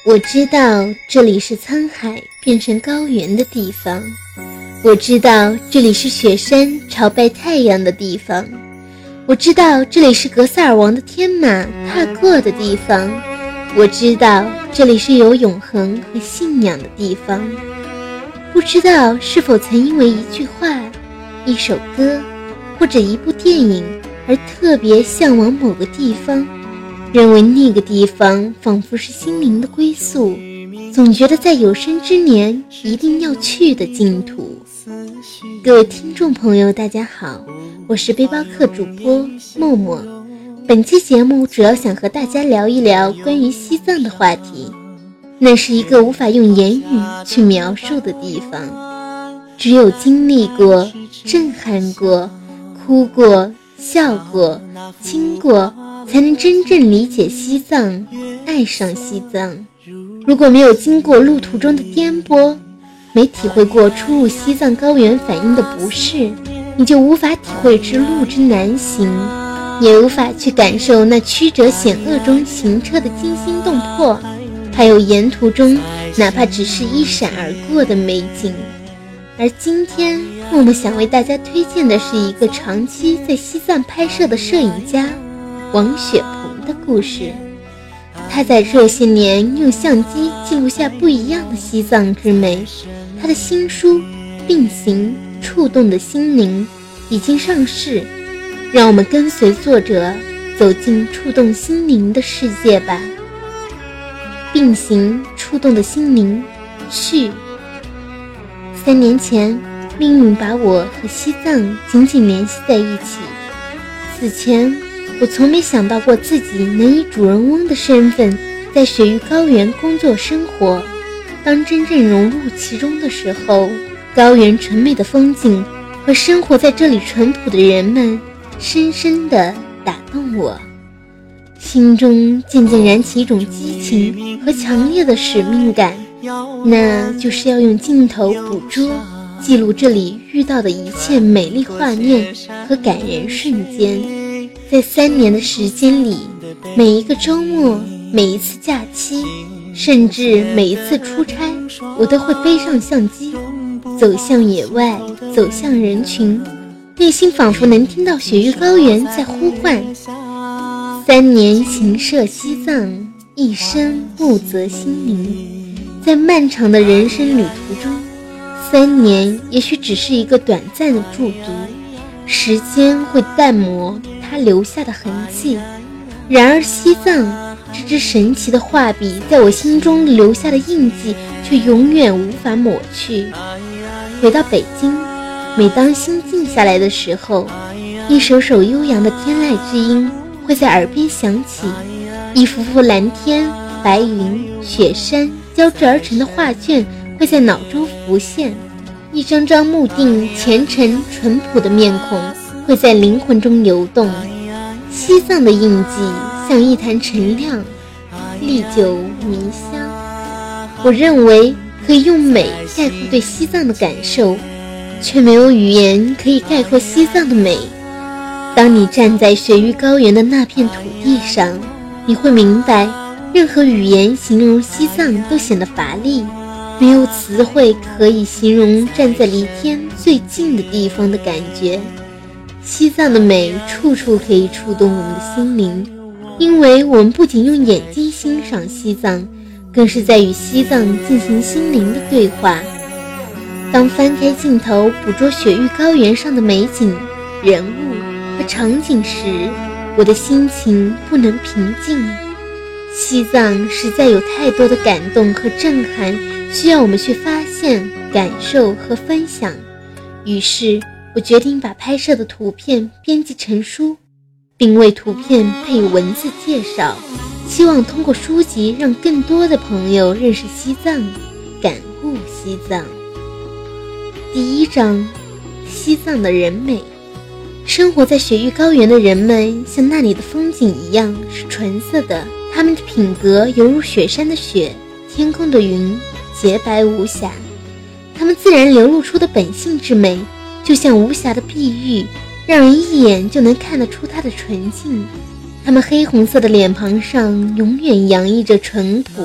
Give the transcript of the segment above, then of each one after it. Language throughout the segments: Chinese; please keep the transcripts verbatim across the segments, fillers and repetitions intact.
我知道这里是沧海变成高原的地方，我知道这里是雪山朝拜太阳的地方，我知道这里是格萨尔王的天马踏过的地方，我知道这里是有永恒和信仰的地方。不知道是否曾因为一句话、一首歌或者一部电影而特别向往某个地方，认为那个地方仿佛是心灵的归宿，总觉得在有生之年一定要去的净土。各位听众朋友大家好，我是背包客主播默默。本期节目主要想和大家聊一聊关于西藏的话题。那是一个无法用言语去描述的地方，只有经历过、震撼过、哭过、笑过、亲过，才能真正理解西藏，爱上西藏。如果没有经过路途中的颠簸，没体会过初入西藏高原反应的不适，你就无法体会之路之难行，也无法去感受那曲折险恶中行车的惊心动魄，还有沿途中哪怕只是一闪而过的美景。而今天默默想为大家推荐的是一个长期在西藏拍摄的摄影家王雪鹏的故事。他在这些年用相机记录下不一样的西藏之美。他的新书《并行：触动的心灵》已经上市，让我们跟随作者走进触动心灵的世界吧。并行：触动的心灵序。三年前，命运把我和西藏紧紧联系在一起。此前，我从没想到过自己能以主人翁的身份在雪域高原工作生活。当真正融入其中的时候，高原纯美的风景和生活在这里淳朴的人们深深地打动我，心中渐渐燃起一种激情和强烈的使命感，那就是要用镜头捕捉记录这里遇到的一切美丽画面和感人瞬间。在三年的时间里，每一个周末，每一次假期，甚至每一次出差，我都会背上相机，走向野外，走向人群，内心仿佛能听到雪域高原在呼唤。三年行摄西藏，一生悟则心灵。在漫长的人生旅途中，三年也许只是一个短暂的驻足，时间会淡磨它留下的痕迹。然而西藏这支神奇的画笔在我心中留下的印记却永远无法抹去。回到北京，每当心静下来的时候，一首首悠扬的天籁之音会在耳边响起，一幅幅蓝天、白云、雪山交织而成的画卷会在脑中浮现，一张张目定虔诚淳朴的面孔会在灵魂中游动。西藏的印记像一坛陈酿，历久弥香。我认为可以用美概括对西藏的感受，却没有语言可以概括西藏的美。当你站在雪域高原的那片土地上，你会明白，任何语言形容西藏都显得乏力，没有词汇可以形容站在离天最近的地方的感觉。西藏的美处处可以触动我们的心灵，因为我们不仅用眼睛欣赏西藏，更是在与西藏进行心灵的对话。当翻开镜头捕捉雪域高原上的美景、人物和场景时，我的心情不能平静。西藏实在有太多的感动和震撼，需要我们去发现、感受和分享。于是我决定把拍摄的图片编辑成书，并为图片配有文字介绍，希望通过书籍让更多的朋友认识西藏，感悟西藏。第一章，西藏的人美。生活在雪域高原的人们像那里的风景一样是纯色的，他们的品格犹如雪山的雪，天空的云，洁白无瑕。他们自然流露出的本性之美，就像无瑕的碧玉，让人一眼就能看得出它的纯净。他们黑红色的脸庞上永远洋溢着淳朴和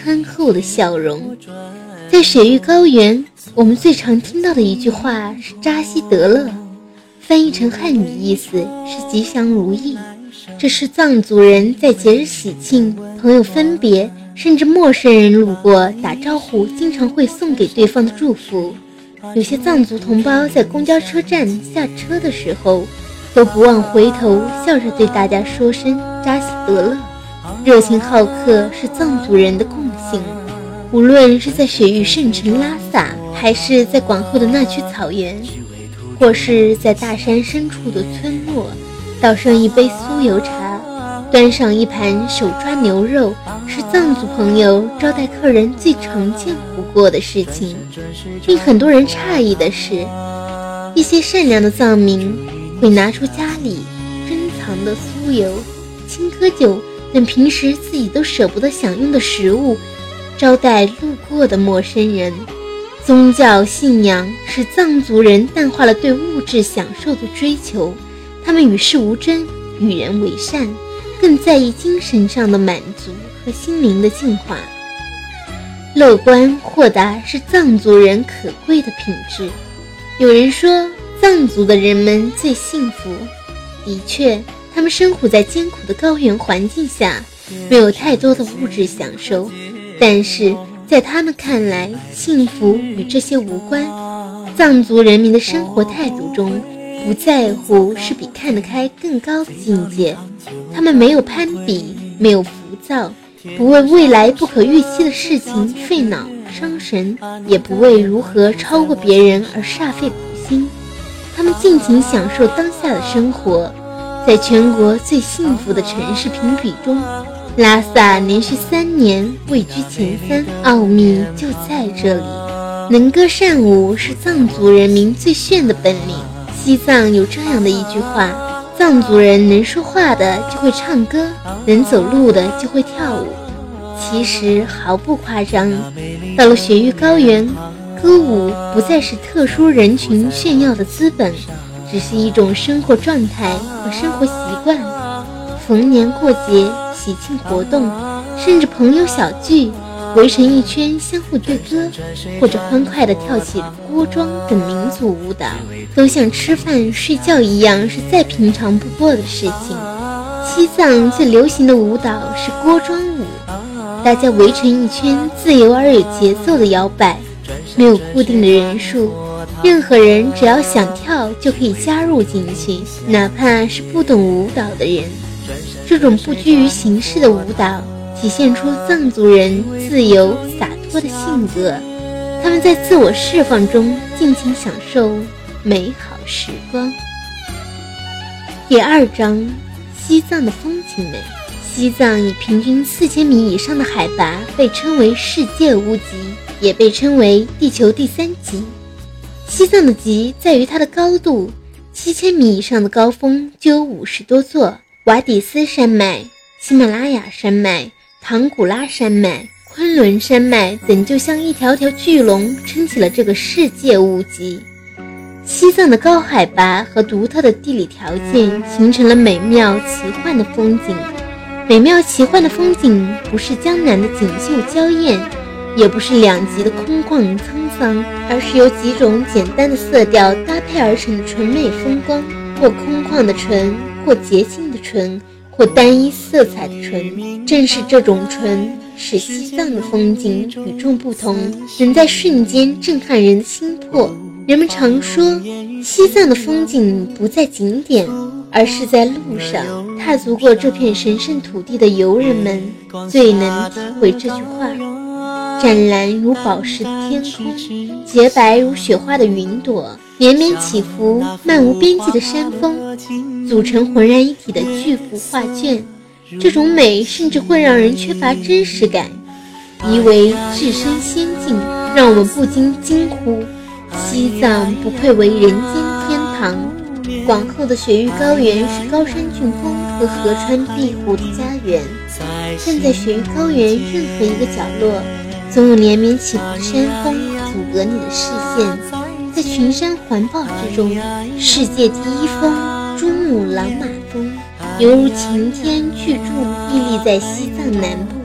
憨厚的笑容。在雪域高原，我们最常听到的一句话是扎西德勒，翻译成汉语意思是吉祥如意。这是藏族人在节日喜庆、朋友分别，甚至陌生人路过打招呼经常会送给对方的祝福。有些藏族同胞在公交车站下车的时候都不忘回头笑着对大家说声扎西德勒。热情好客是藏族人的共性，无论是在雪域圣城拉萨，还是在广厚的那曲草原，或是在大山深处的村落，倒上一杯酥油茶，端上一盘手抓牛肉，是藏族朋友招待客人最常见不过的事情。令很多人诧异的是，一些善良的藏民会拿出家里珍藏的酥油、青稞酒等平时自己都舍不得享用的食物，招待路过的陌生人。宗教信仰使藏族人淡化了对物质享受的追求，他们与世无争，与人为善，更在意精神上的满足和心灵的净化。乐观豁达是藏族人可贵的品质。有人说藏族的人们最幸福，的确，他们生活在艰苦的高原环境下，没有太多的物质享受，但是在他们看来，幸福与这些无关。藏族人民的生活态度中，不在乎是比看得开更高的境界。他们没有攀比，没有浮躁，不为未来不可预期的事情费脑伤神，也不为如何超过别人而煞费苦心。他们尽情享受当下的生活。在全国最幸福的城市评比中，拉萨连续三年位居前三，奥秘就在这里。能歌善舞是藏族人民最炫的本领。西藏有这样的一句话，藏族人能说话的就会唱歌，能走路的就会跳舞。其实毫不夸张，到了雪域高原，歌舞不再是特殊人群炫耀的资本，只是一种生活状态和生活习惯。逢年过节、喜庆活动，甚至朋友小聚，围成一圈相互对歌，或者欢快地跳起锅庄等民族舞蹈，都像吃饭睡觉一样，是再平常不过的事情。西藏最流行的舞蹈是锅庄舞，大家围成一圈，自由而有节奏地摇摆，没有固定的人数，任何人只要想跳就可以加入进去，哪怕是不懂舞蹈的人。这种不拘于形式的舞蹈体现出藏族人自由洒脱的性格，他们在自我释放中尽情享受美好时光。第二章，西藏的风景美。西藏以平均四千米以上的海拔被称为世界屋脊，也被称为地球第三极。西藏的极在于它的高度，七千米以上的高峰就有五十多座，瓦底斯山脉、喜马拉雅山脉、唐古拉山脉、昆仑山脉等就像一条条巨龙撑起了这个世界屋脊。西藏的高海拔和独特的地理条件形成了美妙奇幻的风景。美妙奇幻的风景不是江南的锦绣娇艳，也不是两极的空旷沧桑，而是由几种简单的色调搭配而成的纯美风光，或空旷的纯，或洁净的纯，或单一色彩的纯。正是这种纯，使西藏的风景与众不同，能在瞬间震撼人的心魄。人们常说，西藏的风景不在景点，而是在路上。踏足过这片神圣土地的游人们最能体会这句话。湛蓝如宝石的天空，洁白如雪花的云朵，连绵起伏漫无边际的山峰，组成浑然一体的巨幅画卷。这种美甚至会让人缺乏真实感，疑为置身仙境，让我们不禁惊呼，西藏不愧为人间天堂。广厚的雪域高原是高山峻峰和河川庇护的家园。站在雪域高原任何一个角落，总有连绵起伏的山峰阻隔你的视线。在群山环抱之中，世界第一峰珠穆朗玛峰犹如擎天巨柱屹立在西藏南部，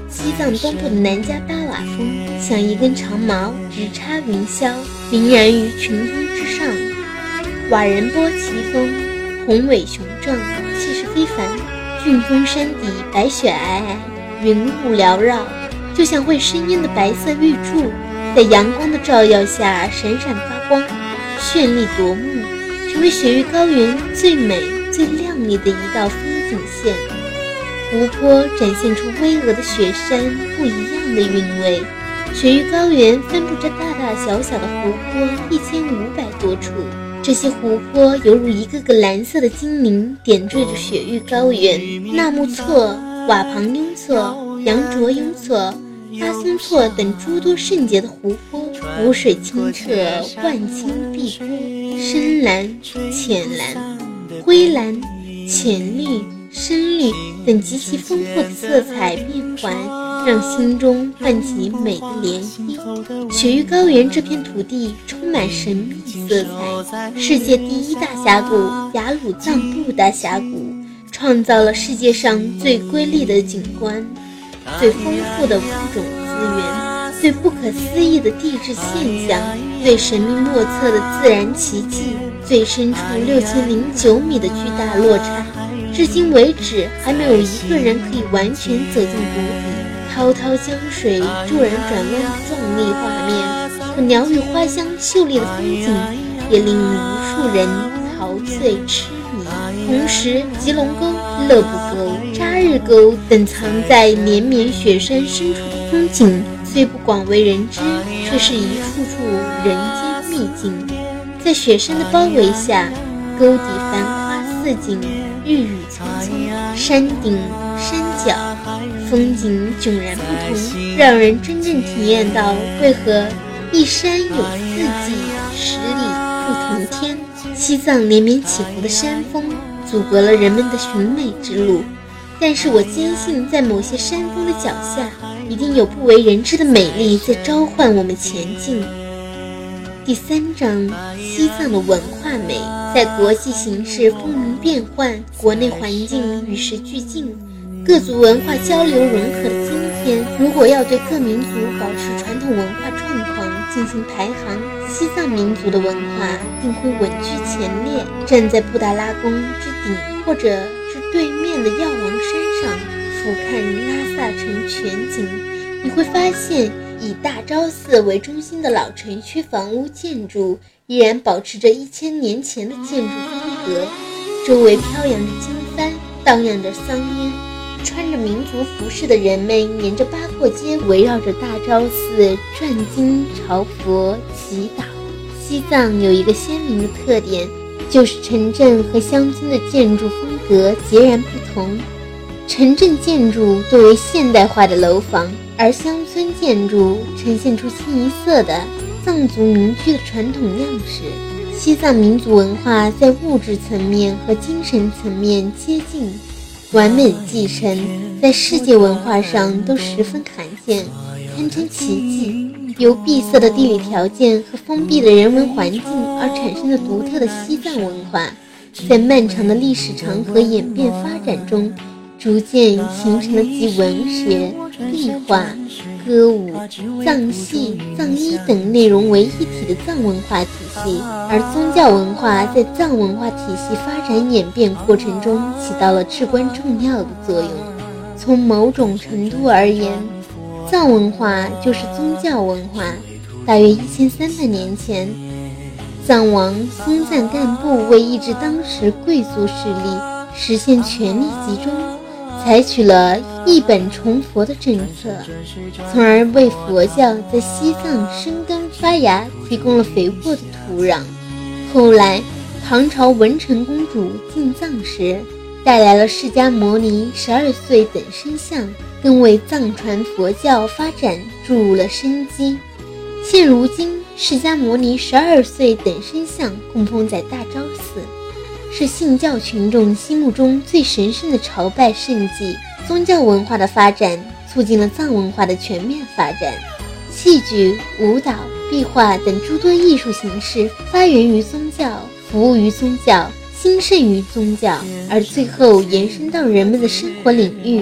西藏东部的南迦巴瓦峰像一根长矛，直插云霄，凛然于群峰之上。瓦仁波齐峰宏伟雄壮，气势非凡，峻峰山底白雪皑皑，云雾缭绕，就像会生烟的白色玉柱，在阳光的照耀下闪闪发光，绚丽夺目，成为雪域高原最美最亮丽的一道风景线。湖泊展现出巍峨的雪山不一样的韵味。雪域高原分布着大大小小的湖泊一千五百多处，这些湖泊犹如一个个蓝色的精灵，点缀着雪域高原。纳木错、瓦庞雍错、羊卓雍错、巴松错等诸多圣洁的湖泊，湖水清澈，万顷碧波，深蓝、浅蓝、灰蓝、浅绿、深绿等极其丰富的色彩变幻，让心中泛起美的涟漪。雪域高原这片土地充满神秘色彩，世界第一大峡谷雅鲁藏布大峡谷创造了世界上最瑰丽的景观，最丰富的物种资源，最不可思议的地质现象，最神秘莫测的自然奇迹，最深处六千零九米的巨大落差，至今为止还没有一个人可以完全走进谷底。滔滔江水骤然转弯的壮丽画面和鸟语花香秀丽的风景，也令无数人陶醉痴迷。同时，吉隆沟、勒布沟、扎日沟等藏在连绵雪山深处的风景，虽不广为人知，却是一处处人间秘境。在雪山的包围下，沟底繁花似锦，日语匆匆，山顶山脚风景迥然不同，让人真正体验到为何一山有四季，十里不同天。西藏连绵起伏的山峰阻隔了人们的寻美之路，但是我坚信在某些山峰的脚下，一定有不为人知的美丽在召唤我们前进。第三章，西藏的文化美。在国际形势风云变幻，国内环境与时俱进，各族文化交流融合的今天，如果要对各民族保持传统文化状况进行排行，西藏民族的文化定会稳居前列。站在布达拉宫之顶，或者是对面的药王山上，俯瞰拉萨城全景，你会发现以大昭寺为中心的老城区房屋建筑依然保持着一千年前的建筑风格，周围飘扬着经幡，荡漾着桑烟，穿着民族服饰的人们沿着八廓街围绕着大昭寺转经朝佛祈祷。西藏有一个鲜明的特点，就是城镇和乡村的建筑风格截然不同。城镇建筑多为现代化的楼房，而乡村建筑呈现出清一色的藏族民居的传统样式。西藏民族文化在物质层面和精神层面接近，完美继承，在世界文化上都十分罕见，堪称奇迹。由闭塞的地理条件和封闭的人文环境而产生的独特的西藏文化，在漫长的历史长河演变发展中，逐渐形成了集文学、壁画、歌舞、藏戏、藏医等内容为一体的藏文化体系。而宗教文化在藏文化体系发展演变过程中起到了至关重要的作用。从某种程度而言，藏文化就是宗教文化。大约一千三百年前，藏王松赞干布为抑制当时贵族势力，实现权力集中，采取了一本崇佛的政策，从而为佛教在西藏生根发芽提供了肥沃的土壤。后来唐朝文成公主进藏时，带来了释迦牟尼十二岁等身像，更为藏传佛教发展注入了生机。现如今，释迦牟尼十二岁等身像供奉在大昭寺，是信教群众心目中最神圣的朝拜圣迹。宗教文化的发展促进了藏文化的全面发展，戏剧、舞蹈、壁画等诸多艺术形式发源于宗教，服务于宗教，兴盛于宗教，而最后延伸到人们的生活领域，成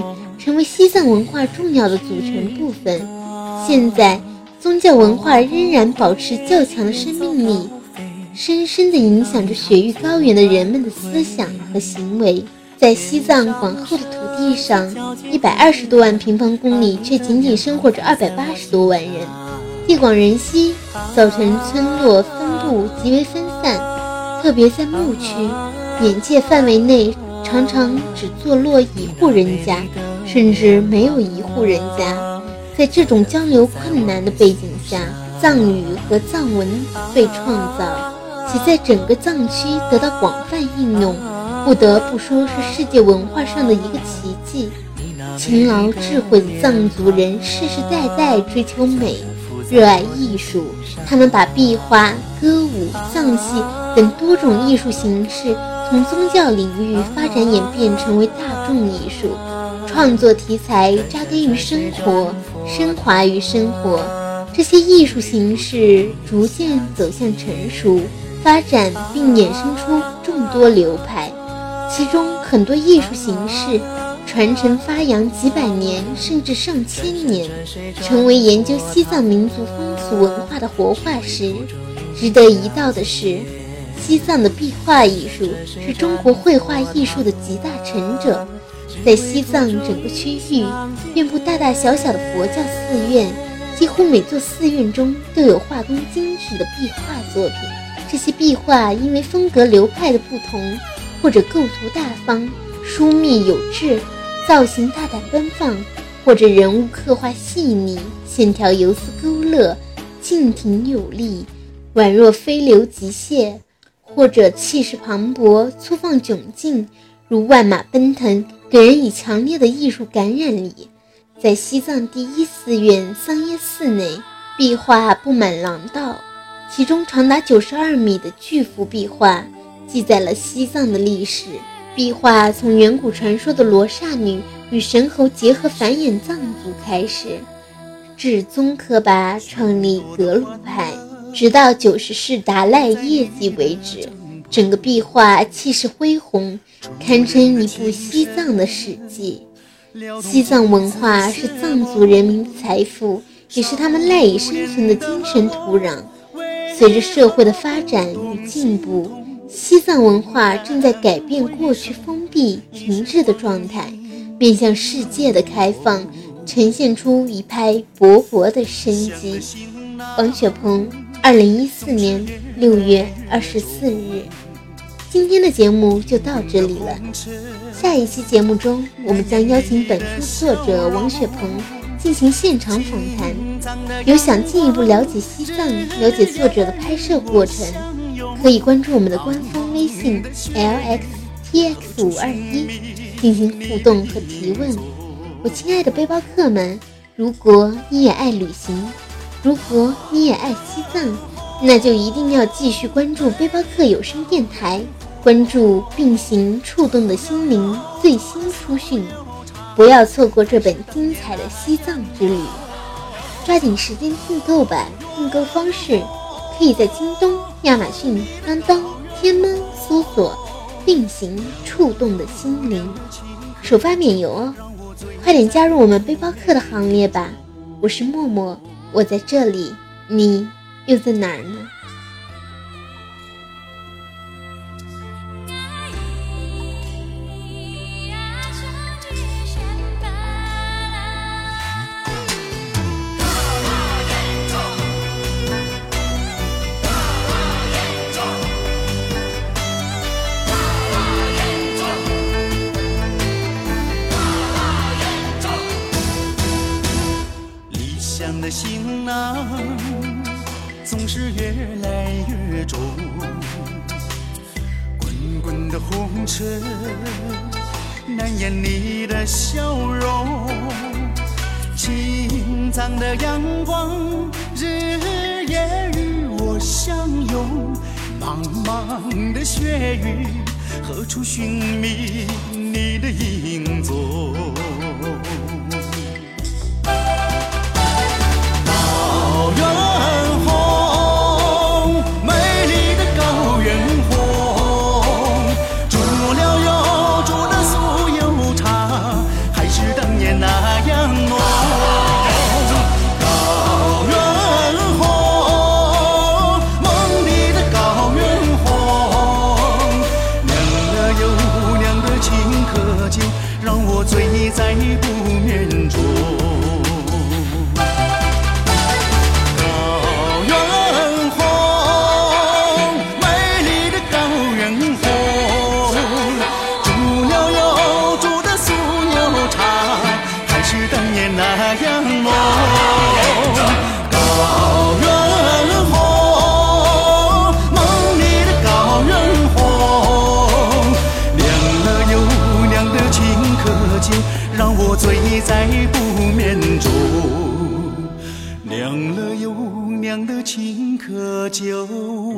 成为西藏文化重要的组成部分。现在，宗教文化仍然保持较强的生命力，深深地影响着雪域高原的人们的思想和行为。在西藏广厚的土地上，一百二十多万平方公里却仅仅生活着二百八十多万人，地广人稀，造成村落分布极为分散，特别在牧区，眼界范围内常常只坐落一户人家，甚至没有一户人家。在这种交流困难的背景下，藏语和藏文被创造，其在整个藏区得到广泛应用，不得不说是世界文化上的一个奇迹。勤劳智慧的藏族人世世代代追求美，热爱艺术，他们把壁画、歌舞、藏戏等多种艺术形式从宗教领域发展演变成为大众艺术，创作题材扎根于生活，升华于生活。这些艺术形式逐渐走向成熟发展，并衍生出众多流派，其中很多艺术形式传承发扬几百年甚至上千年，成为研究西藏民族风俗文化的活化石。值得一道的是，西藏的壁画艺术是中国绘画艺术的集大成者。在西藏整个区域，遍布大大小小的佛教寺院，几乎每座寺院中都有画工精致的壁画作品。这些壁画因为风格流派的不同，或者构图大方、疏密有致，造型大胆奔放，或者人物刻画细腻，线条游丝勾勒，静挺有力，宛若飞流急泻，或者气势磅礴，粗放窘境，如万马奔腾，给人以强烈的艺术感染力。在西藏第一寺院桑耶寺内，壁画布满廊道，其中长达九十二米的巨幅壁画记载了西藏的历史。壁画从远古传说的罗刹女与神猴结合繁衍藏族开始，至宗喀巴创立格鲁派，直到九十世达赖业绩为止，整个壁画气势恢宏，堪称一部西藏的史记。西藏文化是藏族人民的财富，也是他们赖以生存的精神土壤。随着社会的发展与进步，西藏文化正在改变过去封闭停滞的状态，面向世界的开放，呈现出一派勃勃的生机。王雪鹏，二零一四年六月二十四日。今天的节目就到这里了，下一期节目中，我们将邀请本书作者王雪鹏进行现场访谈。有想进一步了解西藏、了解作者的拍摄过程，可以关注我们的官方微信 L X T X 五二一 进行互动和提问。我亲爱的背包客们，如果你也爱旅行，如果你也爱西藏，那就一定要继续关注背包客有声电台，关注并行触动的心灵最新书讯，不要错过这本精彩的西藏之旅。抓紧时间订购吧，订购方式可以在京东、亚马逊、当当、天猫搜索并行触动的心灵，首发免邮哦，快点加入我们背包客的行列吧。我是默默，我在这里，你又在哪儿呢？ 理想的行囊总是越来越重，滚滚的红尘难掩你的笑容，青藏的阳光日夜与我相拥，茫茫的雪域何处寻觅你的影踪？高原红，美丽的高原红，煮了又煮的酥油茶，还是当年那娘的青稞酒，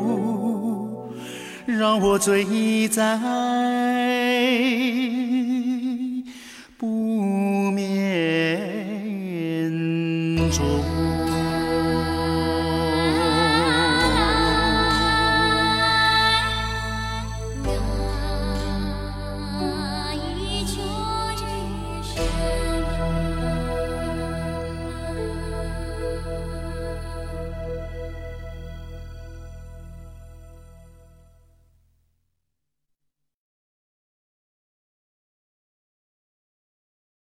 让我醉在不眠中。